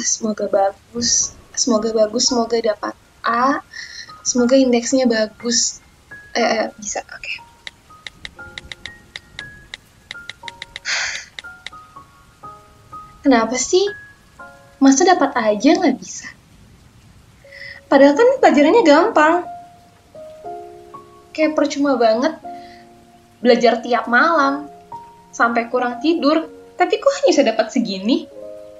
Semoga bagus, semoga dapat A, semoga indeksnya bagus. Bisa, oke. Kenapa sih? Masa dapat aja nggak bisa? Padahal kan pelajarannya gampang. Kayak percuma banget belajar tiap malam sampai kurang tidur, tapi kok hanya bisa dapat segini?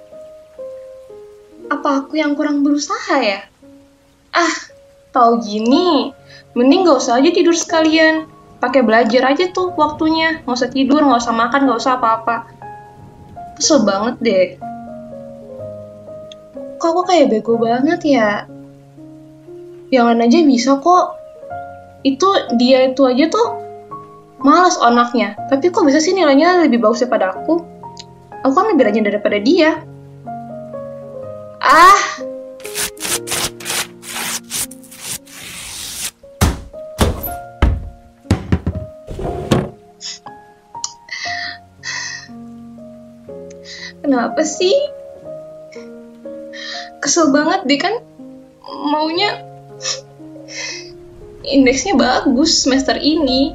Apa aku yang kurang berusaha ya? Tahu gini, mending gak usah aja tidur sekalian. Pakai belajar aja tuh waktunya. Gak usah tidur, gak usah makan, gak usah apa-apa. Kesel banget deh. Kok aku kayak bego banget ya? Yang lain aja bisa kok. Dia itu aja tuh malas anaknya. Tapi kok bisa sih nilainya lebih bagus daripada aku? Aku kan lebih rajin daripada dia. Kenapa sih? Kesel banget deh kan. Maunya indeksnya bagus semester ini.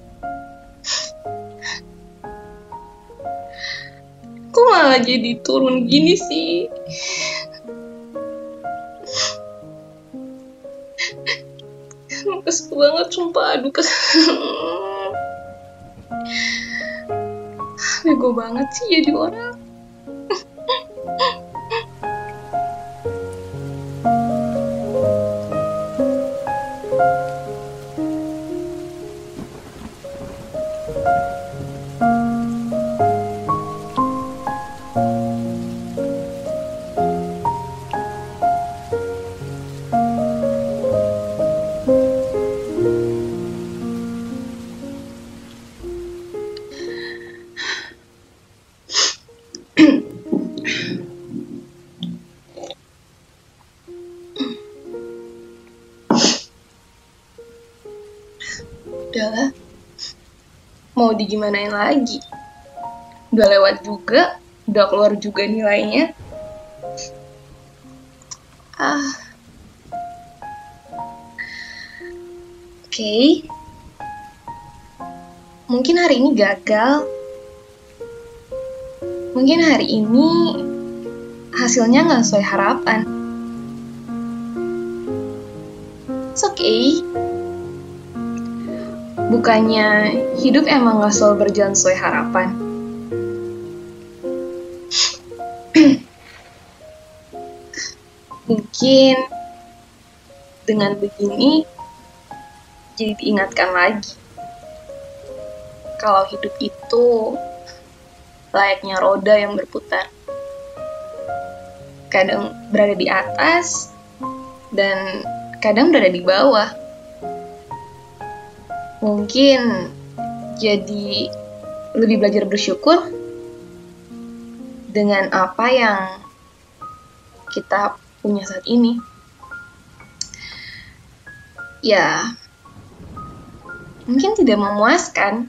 Kok malah jadi turun gini sih? Kesel banget sumpah. Aduh, bego banget sih jadi orang. Udahlah, mau digimanain lagi? Udah lewat juga, udah keluar juga nilainya. Oke. Mungkin hari ini gagal. Mungkin hari ini hasilnya nggak sesuai harapan. It's okay. Bukannya hidup emang gak selalu berjalan sesuai harapan. Mungkin dengan begini jadi diingatkan lagi kalau hidup itu layaknya roda yang berputar. Kadang berada di atas dan kadang berada di bawah. Mungkin jadi lebih belajar bersyukur dengan apa yang kita punya saat ini. Ya, mungkin tidak memuaskan,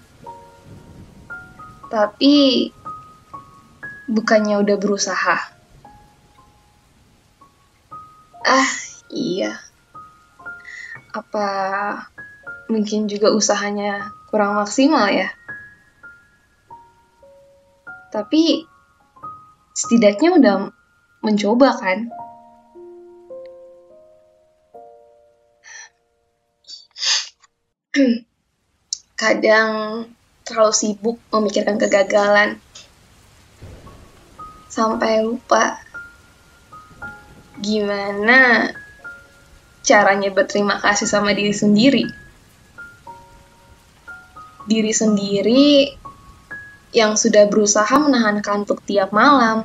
tapi bukannya udah berusaha. Iya. Apa mungkin juga usahanya kurang maksimal ya? Tapi setidaknya udah mencoba kan? Kadang terlalu sibuk memikirkan kegagalan sampai lupa gimana caranya berterima kasih sama diri sendiri. Diri sendiri yang sudah berusaha menahan kantuk tiap malam,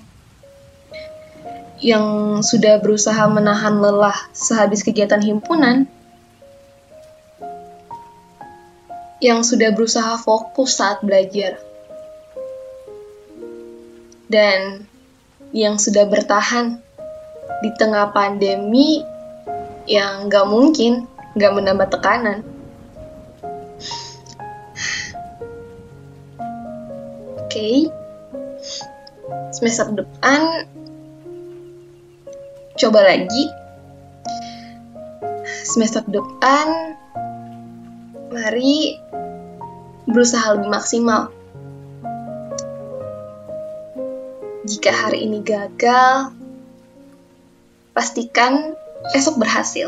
yang sudah berusaha menahan lelah sehabis kegiatan himpunan, yang sudah berusaha fokus saat belajar, dan yang sudah bertahan di tengah pandemi yang gak mungkin gak menambah tekanan. Oke. Semester depan coba lagi. Semester depan, mari berusaha lebih maksimal. Jika hari ini gagal, pastikan esok berhasil.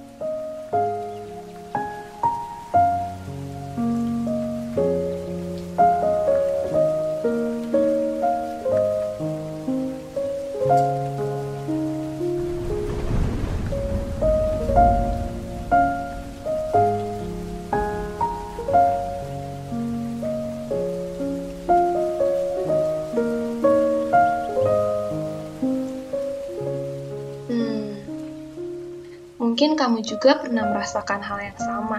Mungkin kamu juga pernah merasakan hal yang sama.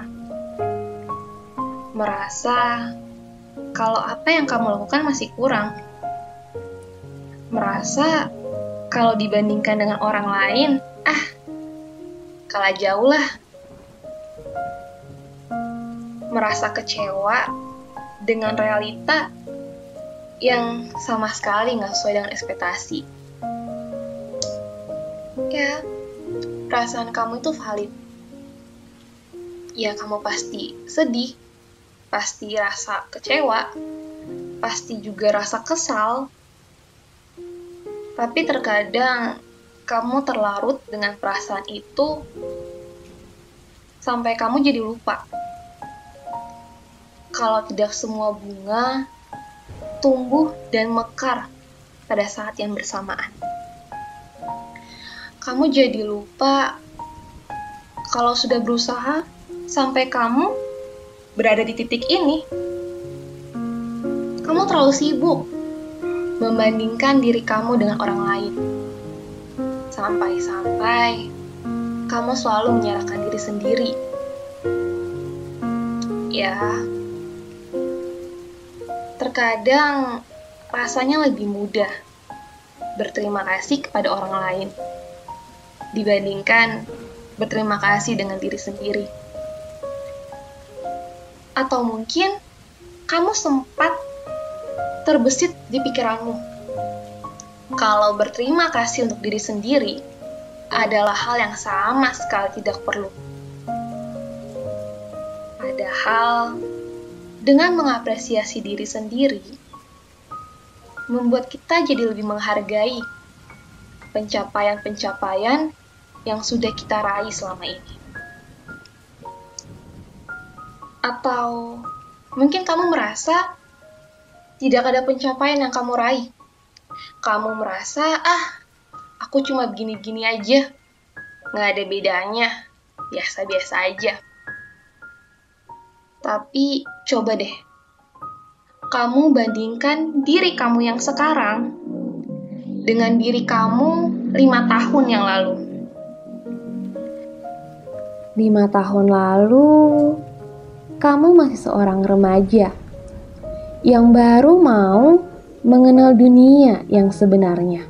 Merasa kalau apa yang kamu lakukan masih kurang. Merasa kalau dibandingkan dengan orang lain, kalah jauh lah. Merasa kecewa dengan realita yang sama sekali nggak sesuai dengan ekspektasi. Ya, perasaan kamu itu valid. Ya, kamu pasti sedih, pasti rasa kecewa, pasti juga rasa kesal. Tapi terkadang kamu terlarut dengan perasaan itu sampai kamu jadi lupa kalau tidak semua bunga tumbuh dan mekar pada saat yang bersamaan. Kamu jadi lupa kalau sudah berusaha sampai kamu berada di titik ini. Kamu terlalu sibuk membandingkan diri kamu dengan orang lain. Sampai-sampai kamu selalu menyalahkan diri sendiri. Ya, terkadang rasanya lebih mudah berterima kasih kepada orang lain dibandingkan berterima kasih dengan diri sendiri. Atau mungkin kamu sempat terbesit di pikiranmu kalau berterima kasih untuk diri sendiri adalah hal yang sama sekali tidak perlu. Padahal dengan mengapresiasi diri sendiri membuat kita jadi lebih menghargai pencapaian-pencapaian yang sudah kita raih selama ini. Atau mungkin kamu merasa tidak ada pencapaian yang kamu raih. Kamu merasa, aku cuma begini-gini aja. Nggak ada bedanya. Biasa-biasa aja. Tapi coba deh. Kamu bandingkan diri kamu yang sekarang dengan diri kamu 5 tahun yang lalu. 5 tahun lalu, kamu masih seorang remaja yang baru mau mengenal dunia yang sebenarnya.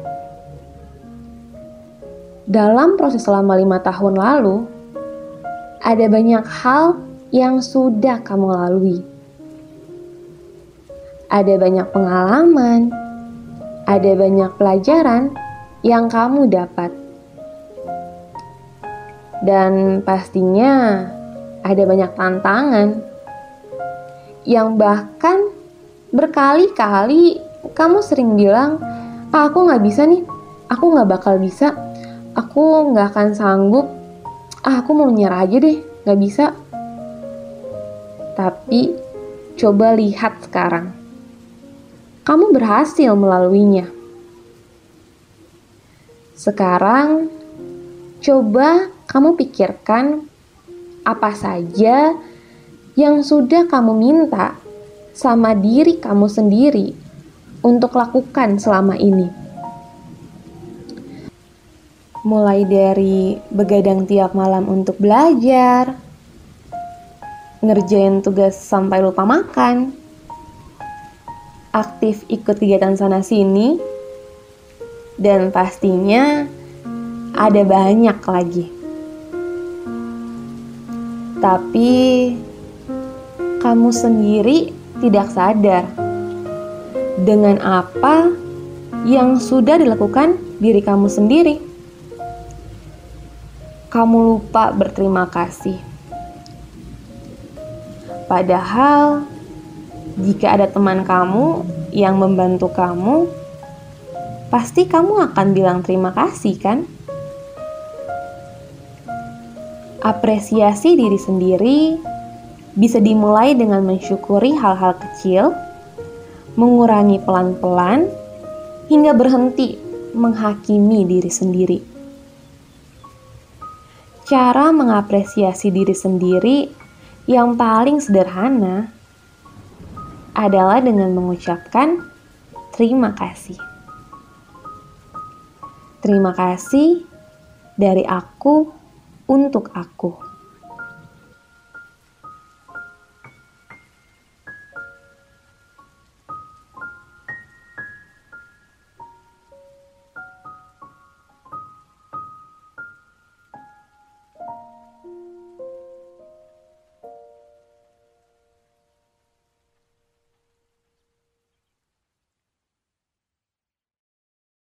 Dalam proses selama 5 tahun lalu, ada banyak hal yang sudah kamu lalui. Ada banyak pengalaman, ada banyak pelajaran yang kamu dapat. Dan pastinya ada banyak tantangan yang bahkan berkali-kali kamu sering bilang, aku gak bisa nih, aku gak bakal bisa, aku gak akan sanggup, aku mau nyerah aja deh, gak bisa. Tapi coba lihat sekarang, kamu berhasil melaluinya. Sekarang coba kamu pikirkan apa saja yang sudah kamu minta sama diri kamu sendiri untuk lakukan selama ini. Mulai dari begadang tiap malam untuk belajar, ngerjain tugas sampai lupa makan, aktif ikut kegiatan sana-sini, dan pastinya ada banyak lagi. Tapi kamu sendiri tidak sadar dengan apa yang sudah dilakukan diri kamu sendiri. kamu lupa berterima kasih. Padahal, jika ada teman kamu yang membantu kamu, pasti kamu akan bilang terima kasih, kan? Apresiasi diri sendiri bisa dimulai dengan mensyukuri hal-hal kecil, mengurangi pelan-pelan, hingga berhenti menghakimi diri sendiri. Cara mengapresiasi diri sendiri yang paling sederhana adalah dengan mengucapkan terima kasih. Terima kasih dari aku untuk aku.